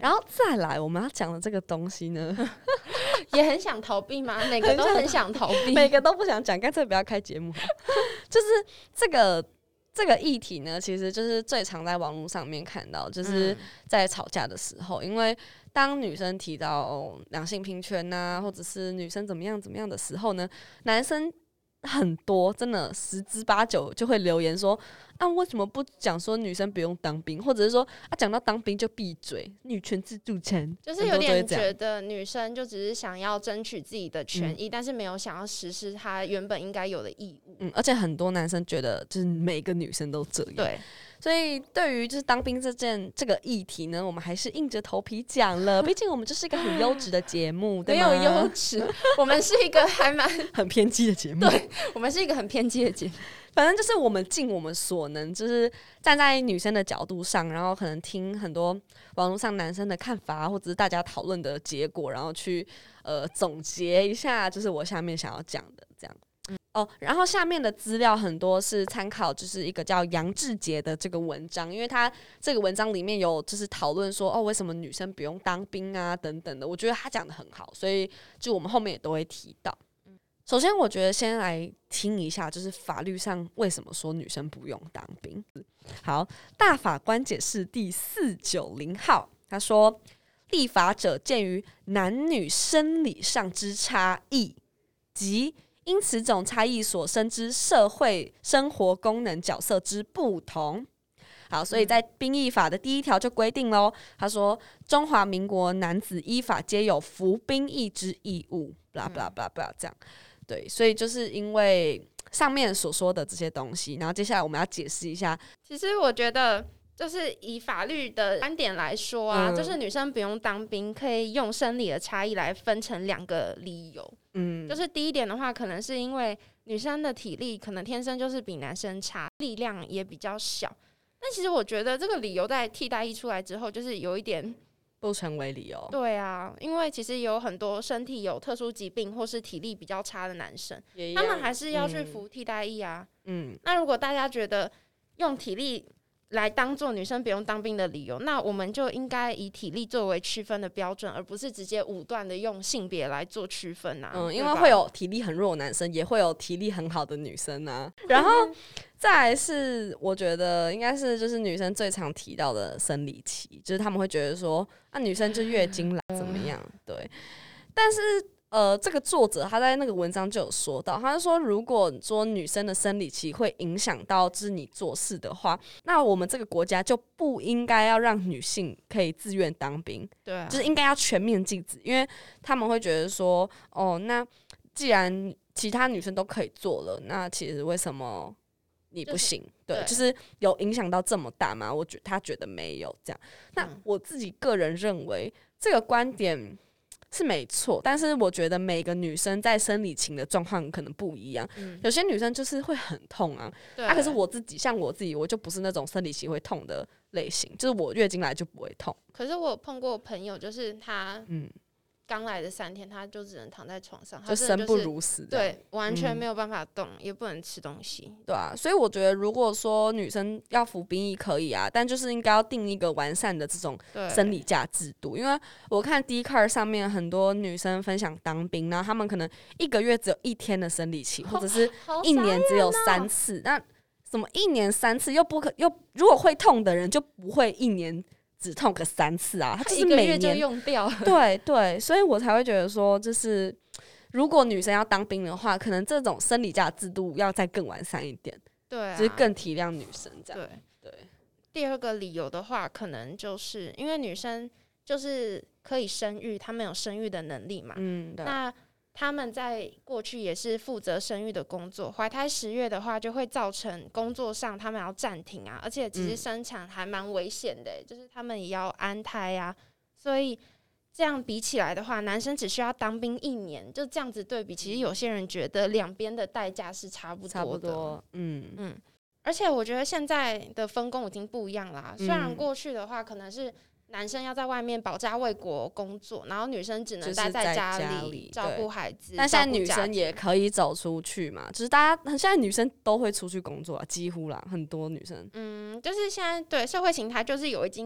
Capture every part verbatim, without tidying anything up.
然后再来我们要讲的这个东西呢也很想逃避吗？每个都很想逃避， 每个都不想讲，干脆不要开节目好。就是这个这个议题呢，其实就是最常在网络上面看到，就是在吵架的时候，嗯、因为当女生提到哦两性平权啊，或者是女生怎么样怎么样的时候呢，男生很多真的十之八九就会留言说啊，为什么不讲说女生不用当兵，或者是说啊，讲到当兵就闭嘴，女权自助餐， 就是有点觉得女生就只是想要争取自己的权益，嗯、但是没有想要实施她原本应该有的义务。 嗯，而且很多男生觉得就是每个女生都这样。 对。 所以对于就是当兵这件这个议题呢，我们还是硬着头皮讲了，毕竟我们就是一个很优质的节目，对吗？ 没有优质，我们是一个还蛮很偏激的节目。 对，我们是一个很偏激的节目。 反正就是我们尽我们所能，就是站在女生的角度上，然后可能听很多网络上男生的看法，或者是大家讨论的结果，然后去呃总结一下，就是我下面想要讲的这样。哦，然后下面的资料很多是参考，就是一个叫杨志杰的这个文章，因为他这个文章里面有就是讨论说，哦，为什么女生不用当兵啊等等的，我觉得他讲的很好，所以就我们后面也都会提到。首先，我觉得先来听一下，就是法律上为什么说女生不用当兵。好，大法官解释第四九零号，他说，立法者鉴于男女生理上之差异及因此种差异所生之社会生活功能角色之不同。好，所以在兵役法的第一条就规定咯，他说中华民国男子依法皆有服兵役之义务 blah blah blah blah 这样。对，所以就是因为上面所说的这些东西，然后接下来我们要解释一下。 其实我觉得就是以法律的观点来说啊、嗯、就是女生不用当兵可以用生理的差异来分成两个理由。嗯，就是第一点的话，可能是因为女生的体力可能天生就是比男生差，力量也比较小。但其实我觉得这个理由在替代役出来之后，就是有一点不成为理由。 对啊，因为其实有很多身体有特殊疾病或是体力比较差的男生，他们还是要去服替代役啊。嗯，那如果大家觉得用体力来当做女生不用当兵的理由，那我们就应该以体力作为区分的标准，而不是直接武断的用性别来做区分啊。 嗯，因为会有体力很弱的男生，也会有体力很好的女生啊。然后再来是我觉得应该是就是女生最常提到的生理期，就是他们会觉得说啊女生就月经来怎么样，对。但是呃，这个作者他在那个文章就有说到，他就说如果说女生的生理期会影响到就是你做事的话，那我们这个国家就不应该要让女性可以自愿当兵， 对啊， 就是应该要全面禁止，因为他们会觉得说，哦，那既然其他女生都可以做了，那其实为什么你不行？就是、对, 对，就是有影响到这么大吗？我觉得他觉得没有这样。那我自己个人认为这个观点是没错，但是我觉得每个女生在生理期的状况可能不一样、嗯、有些女生就是会很痛啊，啊可是我自己像我自己我就不是那种生理期会痛的类型，就是我月经来就不会痛。 可是我有碰过朋友，就是他嗯刚来的三天他就只能躺在床上， 就生不如死、就是、 对，完全没有办法动、嗯、也不能吃东西。 对啊，所以我觉得如果说女生要服兵役可以啊，但就是应该要定一个完善的这种生理假制度。因为我看 Dcard 上面很多女生分享当兵，然后她们可能一个月只有一天的生理期，或者是一年只有三次、哦、那什么一年三次又不可又如果会痛的人就不会一年只痛个三次啊，他就是每年一个月就用掉。 对对，所以我才会觉得说，就是如果女生要当兵的话，可能这种生理假制度要再更完善一点， 对、啊， 就是更体谅女生这样。 对对。第二个理由的话，可能就是因为女生就是可以生育，她们有生育的能力嘛，嗯，对。那他们在过去也是负责生育的工作，怀胎十月的话就会造成工作上他们要暂停啊，而且其实生产还蛮危险的、欸嗯、就是他们也要安胎啊，所以这样比起来的话，男生只需要当兵一年，就这样子对比，其实有些人觉得两边的代价是差不多的， 差不多，嗯嗯。 而且我觉得现在的分工已经不一样啦、嗯、虽然过去的话可能是男生要在外面保家卫国工作，然后女生只能待在家 里,、就是、在家里照顾孩子， 但现在女生也可以走出去嘛，就是大家现在女生都会出去工作啊，几乎啦，很多女生。 嗯，就是现在对社会形态就是有已经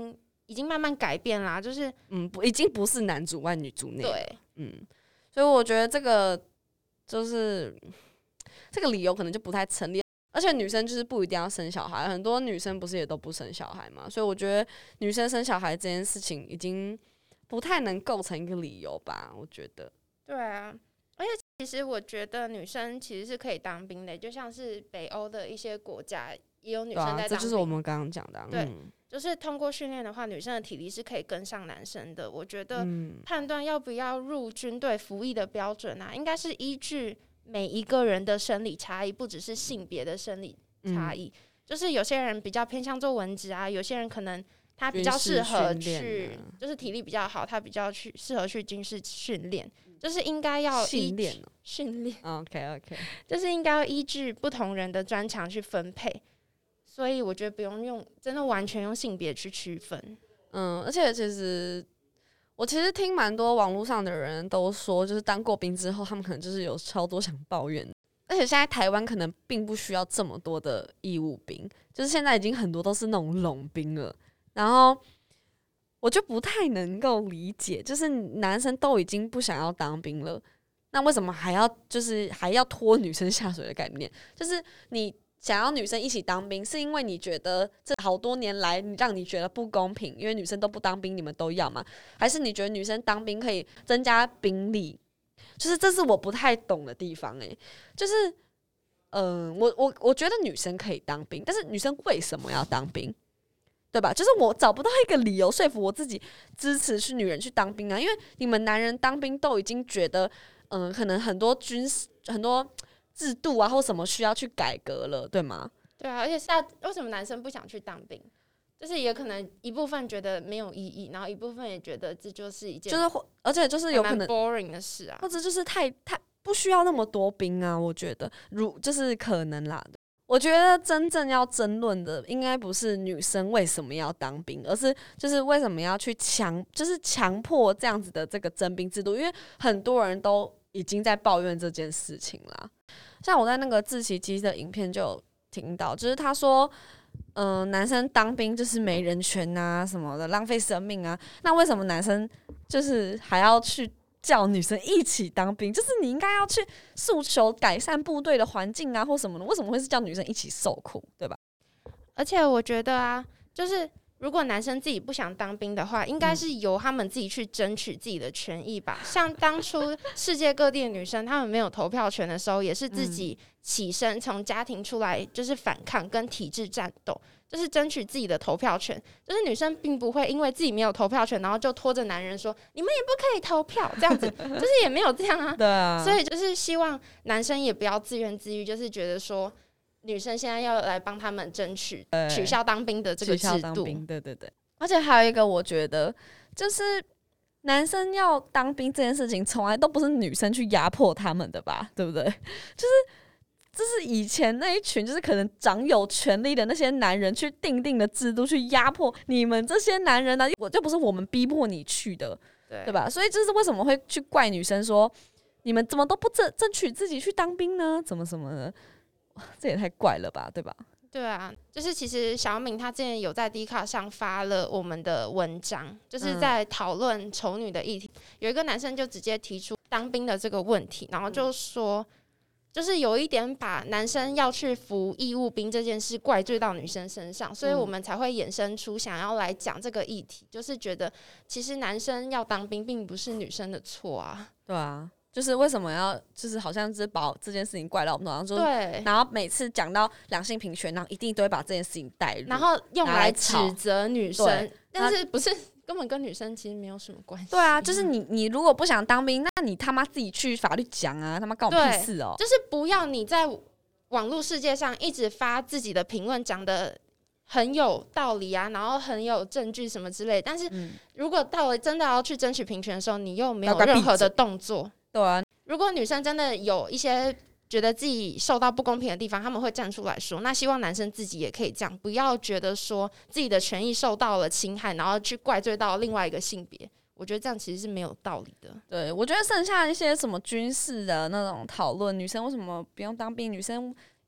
已经慢慢改变啦，就是嗯，不，已经不是男主外女主内了。 对， 嗯，所以我觉得这个就是这个理由可能就不太成立。而且女生就是不一定要生小孩，很多女生不是也都不生小孩嘛，所以我觉得女生生小孩这件事情已经不太能构成一个理由吧，我觉得。 对啊，而且其实我觉得女生其实是可以当兵的，就像是北欧的一些国家也有女生在当兵， 对啊，这就是我们刚刚讲的、啊。 对、 嗯， 就是通过训练的话，女生的体力是可以跟上男生的。我觉得嗯判断要不要入军队服役的标准啊，应该是依据每一个人的生理差异，不只是性别的生理差异、嗯。就是有些人比较偏向做文职啊，有些人可能他比较适合去，就是体力比较好，他比较去适合去军事训练，就是应该要训练训练。 OK OK， 就是应该要依据不同人的专长去分配。所以我觉得不用用真的完全用性别去区分。 嗯，而且其实我其实听蛮多网络上的人都说，就是当过兵之后，他们可能就是有超多想抱怨的。而且现在台湾可能并不需要这么多的义务兵，就是现在已经很多都是那种冗兵了。然后我就不太能够理解，就是男生都已经不想要当兵了，那为什么还要就是还要拖女生下水的概念？就是你想要女生一起当兵，是因为你觉得这好多年来让你觉得不公平，因为女生都不当兵，你们都要吗？还是你觉得女生当兵可以增加兵力？就是这是我不太懂的地方、欸、就是嗯、呃，我我我觉得女生可以当兵，但是女生为什么要当兵？对吧？就是我找不到一个理由说服我自己支持去女人去当兵啊，因为你们男人当兵都已经觉得，嗯、呃，可能很多军事很多制度啊或什么需要去改革了，对吗？ 对啊，而且现在为什么男生不想去当兵？就是也可能一部分觉得没有意义，然后一部分也觉得这就是一件就是而且就是有可能 boring 的事啊， 或者就是太太不需要那么多兵啊，我觉得如就是可能啦。我觉得真正要争论的应该不是女生为什么要当兵，而是就是为什么要去强，就是强迫这样子的这个征兵制度，因为很多人都已经在抱怨这件事情啦。像我在那个志祺七的影片就有听到，就是他说，嗯、呃，男生当兵就是没人权啊什么的，浪费生命啊，那为什么男生就是还要去叫女生一起当兵？就是你应该要去诉求改善部队的环境啊，或什么的，为什么会是叫女生一起受苦，对吧？ 而且我觉得啊，就是如果男生自己不想当兵的话，应该是由他们自己去争取自己的权益吧。嗯、像当初世界各地的女生，她们没有投票权的时候，也是自己起身从家庭出来，就是反抗跟体制战斗。就是争取自己的投票权，就是女生并不会因为自己没有投票权，然后就拖着男人说你们也不可以投票，这样子就是也没有这样啊。 对啊， 所以就是希望男生也不要自怨自艾，就是觉得说女生现在要来帮他们争取取消当兵的这个制度。 对对对，而且还有一个，我觉得就是男生要当兵这件事情，从来都不是女生去压迫他们的吧，对不对？就是。这是以前那一群就是可能掌有权力的那些男人去定定的制度，去压迫你们这些男人呢、啊？我就不是我们逼迫你去的， 对, 对吧？所以这是为什么会去怪女生说你们怎么都不争争取自己去当兵呢？怎么什么的，这也太怪了吧，对吧？ 对啊，就是其实小敏她之前有在 D 卡上发了我们的文章，就是在讨论丑女的议题、嗯。有一个男生就直接提出当兵的这个问题，然后就说。就是有一点把男生要去服义务兵这件事怪罪到女生身上，所以我们才会衍生出想要来讲这个议题，就是觉得其实男生要当兵并不是女生的错啊。 对啊，就是为什么要就是好像是把这件事情怪到我们头上，就是对， 然后每次讲到两性平权，然后一定都会把这件事情带入， 然后用来指责女生，但是不是根本跟女生其实没有什么关系。 对啊，就是你你如果不想当兵，那你他妈自己去法律讲啊，他妈干我屁事哦！ 就是不要你在网络世界上一直发自己的评论，讲的很有道理啊，然后很有证据什么之类，但是如果到了真的要去争取平权的时候，你又没有任何的动作。 对啊， 如果女生真的有一些觉得自己受到不公平的地方，他们会站出来说，那希望男生自己也可以这样，不要觉得说自己的权益受到了侵害，然后去怪罪到另外一个性别。我觉得这样其实是没有道理的。 对，我觉得剩下一些什么军事的那种讨论，女生为什么不用当兵，女生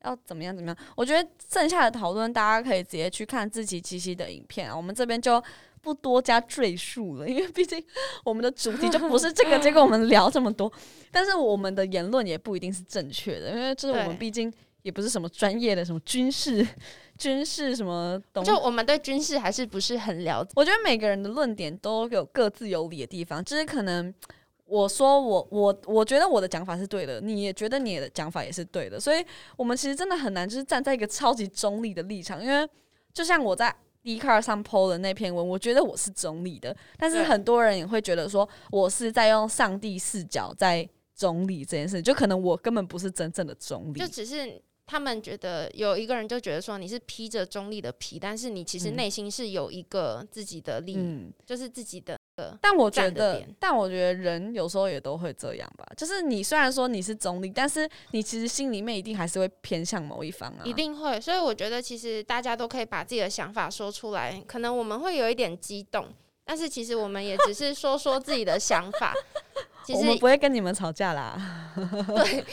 要怎么样怎么样。我觉得剩下的讨论大家可以直接去看志祺七七的影片啊，我们这边就不多加赘述了，因为毕竟我们的主题就不是这个，结果我们聊这么多，但是我们的言论也不一定是正确的，因为就是我们毕竟也不是什么专业的什么军事军事什么东西， 就我们对军事还是不是很了解。 我觉得每个人的论点都有各自有理的地方，就是可能我说我我我觉得我的讲法是对的，你也觉得你的讲法也是对的，所以我们其实真的很难就是站在一个超级中立的立场，因为就像我在Dcard 上 po 的那篇文，我觉得我是中立的，但是很多人也会觉得说我是在用上帝视角在中立这件事，就可能我根本不是真正的中立， 就只是他们觉得有一个人就觉得说你是披着中立的皮，但是你其实内心是有一个自己的利益、嗯、就是自己的。 但我觉得，但我觉得人有时候也都会这样吧。就是你虽然说你是中立，但是你其实心里面一定还是会偏向某一方啊。 一定会。所以我觉得其实大家都可以把自己的想法说出来。可能我们会有一点激动，但是其实我们也只是说说自己的想法。其实我们不会跟你们吵架啦。 对。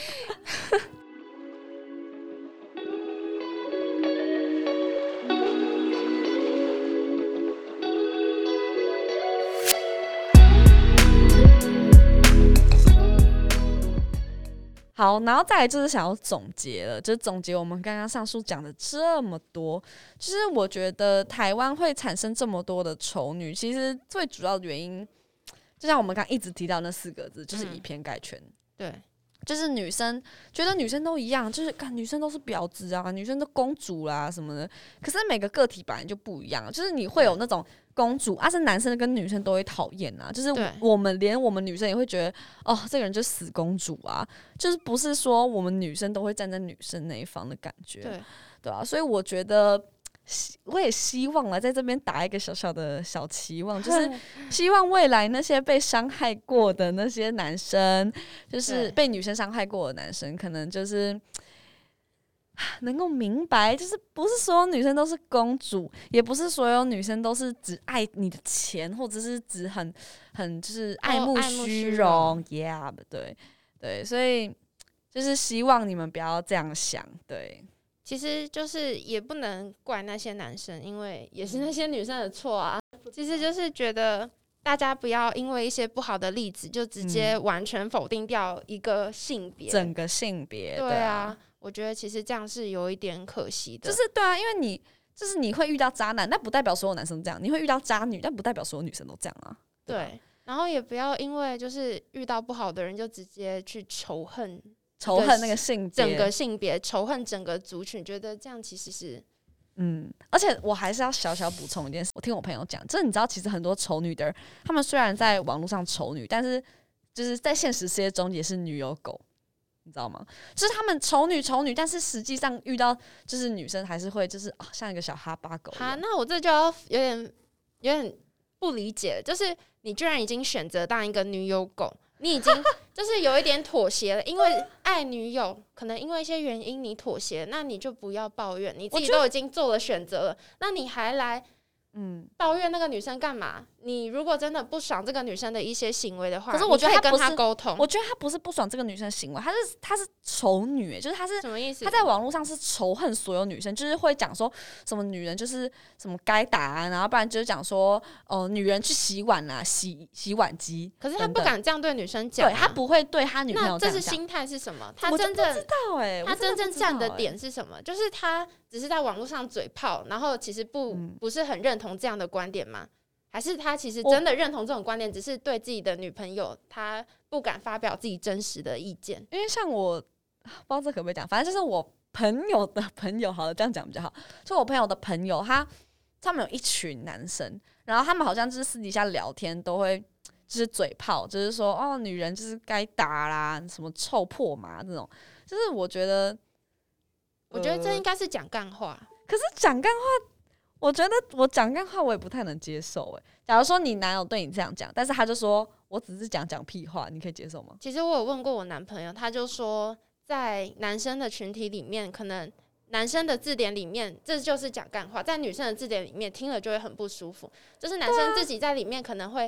好，然后再来就是想要总结了，就是总结我们刚刚上述讲的这么多。就是我觉得台湾会产生这么多的丑女，其实最主要的原因，就像我们刚刚一直提到那四个字，就是以偏概全。嗯、 对， 就是女生觉得女生都一样，就是看女生都是婊子啊，女生都公主啦、啊、什么的。可是每个个体本来就不一样，就是你会有那种公主啊，是男生跟女生都会讨厌啊，就是我们连我们女生也会觉得哦，这个人就死公主啊，就是不是说我们女生都会站在女生那一方的感觉， 对对啊，所以我觉得我也希望来在这边打一个小小的小期望，就是希望未来那些被伤害过的那些男生，就是被女生伤害过的男生，可能就是能够明白，就是不是所有女生都是公主，也不是所有女生都是只爱你的钱，或者是只很很就是爱慕虚荣 ，yeah， 对对，所以就是希望你们不要这样想，对。 其实就是也不能怪那些男生，因为也是那些女生的错啊。其实就是觉得大家不要因为一些不好的例子就直接完全否定掉一个性别、嗯， 整个性别。 对啊，我觉得其实这样是有一点可惜的。 就是对啊，因为你就是你会遇到渣男，但不代表所有男生这样；你会遇到渣女，但不代表所有女生都这样啊。 对，对，然后也不要因为就是遇到不好的人就直接去仇恨。 仇恨那个性别， 整个性别，仇恨整个族群，觉得这样其实是， 嗯，而且我还是要小小补充一件事，我听我朋友讲，就是你知道，其实很多丑女的人，他们虽然在网络上丑女，但是就是在现实世界中也是女友狗，你知道吗？就是他们丑女丑女，但是实际上遇到就是女生还是会就是、哦、像一个小哈巴狗一样。 好，那我这就要有点有点不理解，就是你居然已经选择当一个女友狗。你已经就是有一点妥协了，因为爱女友，可能因为一些原因你妥协，那你就不要抱怨，你自己都已经做了选择了，那你还来嗯抱怨那个女生干嘛？你如果真的不爽这个女生的一些行为的话， 可是我觉得他跟她沟通。 我觉得她不是不爽这个女生的行为，她是她是仇女，就是她是什么意思？ 她在网络上是仇恨所有女生，就是会讲说什么女人就是什么该打啊，然后不然就是讲说哦、呃、女人去洗碗啊，洗洗碗机。 可是她不敢这样对女生讲、啊， 对，她不会对她女朋友这样讲。 那这是心态是什么？她真正不知道哎、欸， 她真正站的点是什么？就是她只是在网络上嘴炮，然后其实不、嗯、不是很认同这样的观点吗？还是他其实真的认同这种观点，只是对自己的女朋友他不敢发表自己真实的意见。 因为像我不知道这可不可以讲，反正就是我朋友的朋友，好了，这样讲比较好。就我朋友的朋友，他他们有一群男生，然后他们好像就是私底下聊天都会就是嘴炮，就是说哦，女人就是该打啦，什么臭破麻这种。就是我觉得， 我觉得这应该是讲干话。 呃、可是讲干话。我觉得我讲干话我也不太能接受哎。假如说你男友对你这样讲，但是他就说我只是讲讲屁话，你可以接受吗？ 其实我有问过我男朋友，他就说在男生的群体里面，可能男生的字典里面这就是讲干话，在女生的字典里面听了就会很不舒服。就是男生自己在里面可能会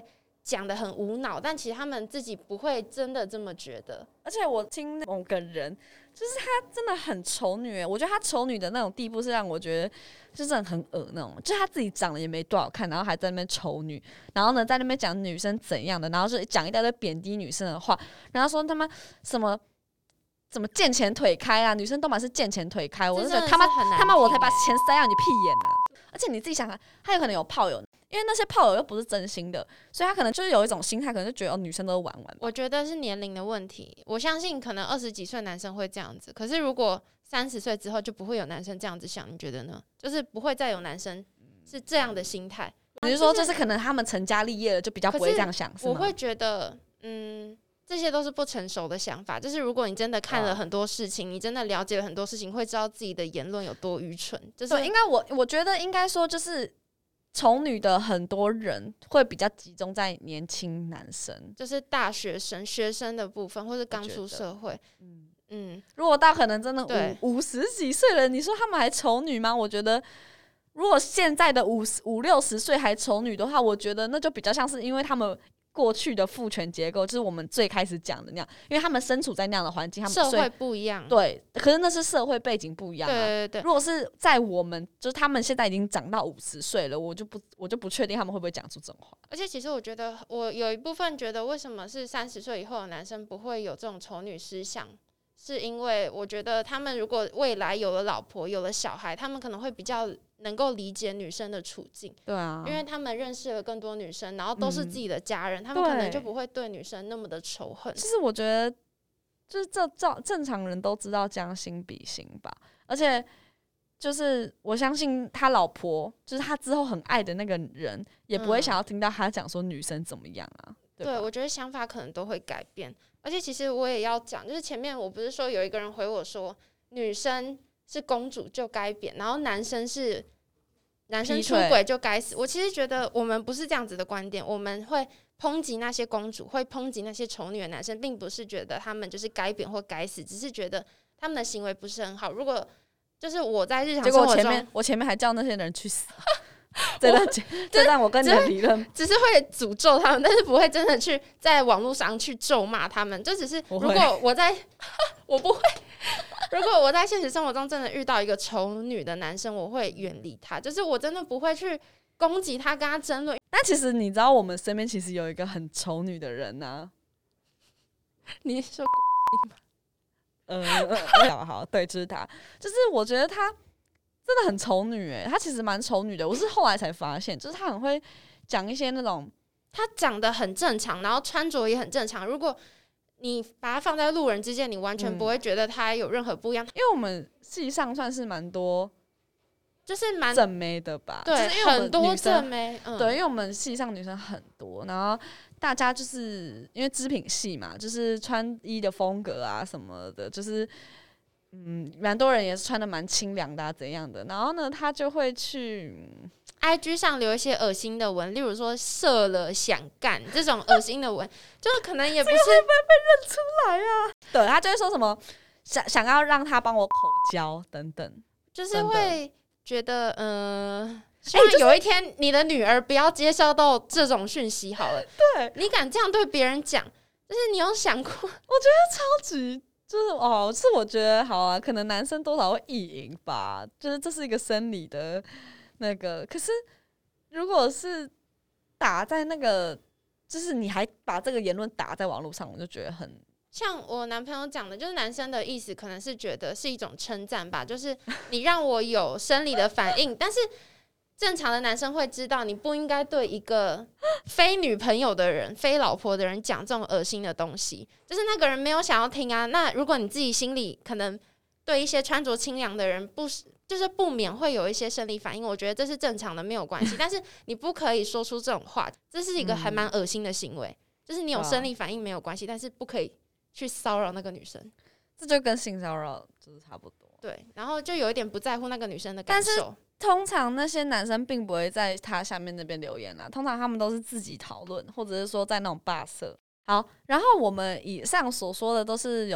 讲的很无脑，但其实他们自己不会真的这么觉得。 而且我听某个人，就是他真的很丑女耶，我觉得他丑女的那种地步是让我觉得就真的很恶那种，就是他自己长得也没多好看，然后还在那边丑女，然后呢在那边讲女生怎样的，然后就讲一大堆贬低女生的话，然后说他妈什么怎么见钱腿开啊，女生都满是见钱腿开，我就觉得他妈他妈我才把钱塞到你屁眼啊！而且你自己想想，他有可能有炮友，因为那些炮友又不是真心的，所以他可能就是有一种心态，可能就觉得哦女生都玩玩。 我觉得是年龄的问题，我相信可能二十几岁男生会这样子，可是如果三十岁之后就不会有男生这样子想，你觉得呢？就是不会再有男生是这样的心态。 你是说就是可能他们成家立业了，就比较不会这样想？是吗？ 我会觉得，嗯。这些都是不成熟的想法，就是如果你真的看了很多事情，你真的了解了很多事情，会知道自己的言论有多愚蠢。就是应该我我觉得应该说，就是丑女的很多人会比较集中在年轻男生， 就是大学生、学生的部分，或是刚出社会。嗯嗯，如果到可能真的五五十几岁了，你说他们还丑女吗？我觉得。如果现在的五五六十岁还丑女的话，我觉得那就比较像是因为他们过去的父权结构，就是我们最开始讲的那样，因为他们身处在那样的环境，他们社会不一样， 对，可是那是社会背景不一样啊。 对对对。 如果是在我们，就是他们现在已经长到五十岁了，我就不我就不确定他们会不会讲出这种话。 而且其实我觉得，我有一部分觉得，为什么是三十岁以后的男生不会有这种丑女思想？是因为我觉得他们如果未来有了老婆有了小孩，他们可能会比较能够理解女生的处境。 对啊， 因为他们认识了更多女生，然后都是自己的家人，嗯、他们可能就不会对女生那么的仇恨。 其实我觉得就是这照正常人都知道将心比心吧，而且就是我相信他老婆就是他之后很爱的那个人也不会想要听到他讲说女生怎么样啊。 对，对，我觉得想法可能都会改变。而且其实我也要讲，就是前面我不是说有一个人回我说女生是公主就该扁，然后男生是男生出轨就该死。我其实觉得我们不是这样子的观点，我们会抨击那些公主，会抨击那些丑女的男生，并不是觉得他们就是该扁或该死，只是觉得他们的行为不是很好。如果就是我在日常生活中， 结果我前面我前面还叫那些人去死。这段这段我跟你的理论只是会诅咒他们，但是不会真的去在网络上去咒骂他们。就只是如果我在我不会如果我在现实生活中真的遇到一个丑女的男生，我会远离他，就是我真的不会去攻击他跟他争论。 但其实你知道我们身边其实有一个很丑女的人啊。 你说呃好好对，就是他，就是我觉得他真的很丑女诶、欸，她其实蛮丑女的。我是后来才发现，就是她很会讲一些那种， 她讲的很正常，然后穿着也很正常。如果你把它放在路人之间，你完全不会觉得她有任何不一样。嗯、 因为我们系上算是蛮多， 就是蛮正妹的吧？ 对， 就是因为我们很多正妹、嗯。 对，因为我们系上女生很多，然后大家就是因为织品系嘛，就是穿衣的风格啊什么的，就是。嗯，蛮多人也是穿的蛮清凉的啊，怎样的？然后呢，他就会去 I G 上留一些恶心的文，例如说射了想干这种恶心的文，就是可能也不是会不会被认出来啊？对，他就会说什么想想要让他帮我口交等等， 就是会觉得呃，希望有一天你的女儿不要接收到这种讯息好了。 对， 你敢这样对别人讲，就是你有想过？我觉得超级。就是哦，是我觉得好啊，可能男生多少会意淫吧，就是这是一个生理的那个。可是如果是打在那个，就是你还把这个言论打在网络上，我就觉得很像我男朋友讲的，就是男生的意思可能是觉得是一种称赞吧，就是你让我有生理的反应，但是。正常的男生会知道，你不应该对一个非女朋友的人、非老婆的人讲这种恶心的东西。就是那个人没有想要听啊。那如果你自己心里可能对一些穿着清凉的人不，就是不免会有一些生理反应，我觉得这是正常的，没有关系。但是你不可以说出这种话，这是一个还蛮恶心的行为。嗯、就是你有生理反应没有关系，但是不可以去骚扰那个女生。 这就跟性骚扰就是差不多。 对，然后就有一点不在乎那个女生的感受。 通常那些男生并不会在他下面那边留言啦，通常他们都是自己讨论，或者是说在那种霸社。好，然后我们以上所说的都是有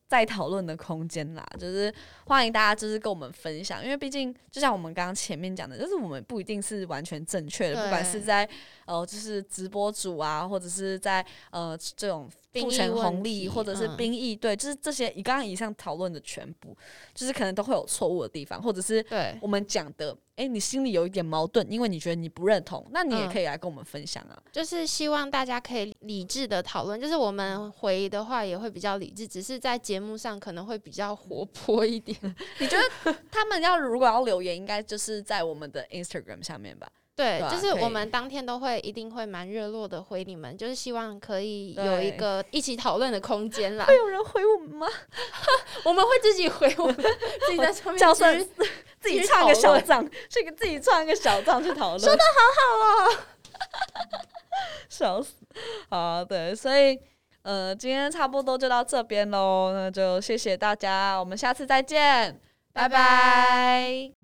再讨论的空间啦，就是欢迎大家就是跟我们分享，因为毕竟就像我们刚刚前面讲的，就是我们不一定是完全正确的，不管是在呃就是直播主啊，或者是在呃这种父权红利，或者是兵役、嗯，对，就是这些以刚刚以上讨论的全部，就是可能都会有错误的地方，或者是我们讲的，哎、欸，你心里有一点矛盾，因为你觉得你不认同，那你也可以来跟我们分享啊。 嗯、就是希望大家可以理智的讨论，就是我们回的话也会比较理智，只是在节目上可能会比较活泼一点。 你觉得他们要如果要留言，应该就是在我们的 Instagram 下面吧？ 对，就是我们当天都会一定会蛮热络的回你们，就是希望可以有一个一起讨论的空间啦。 会有人回我们吗？ 我们会自己回我们，自己在上面角色自己创一个小账，去给自己创一个小账去讨论。 说得好好哦， 笑死！好，对，所以呃，今天差不多就到这边喽，那就谢谢大家，我们下次再见，拜拜。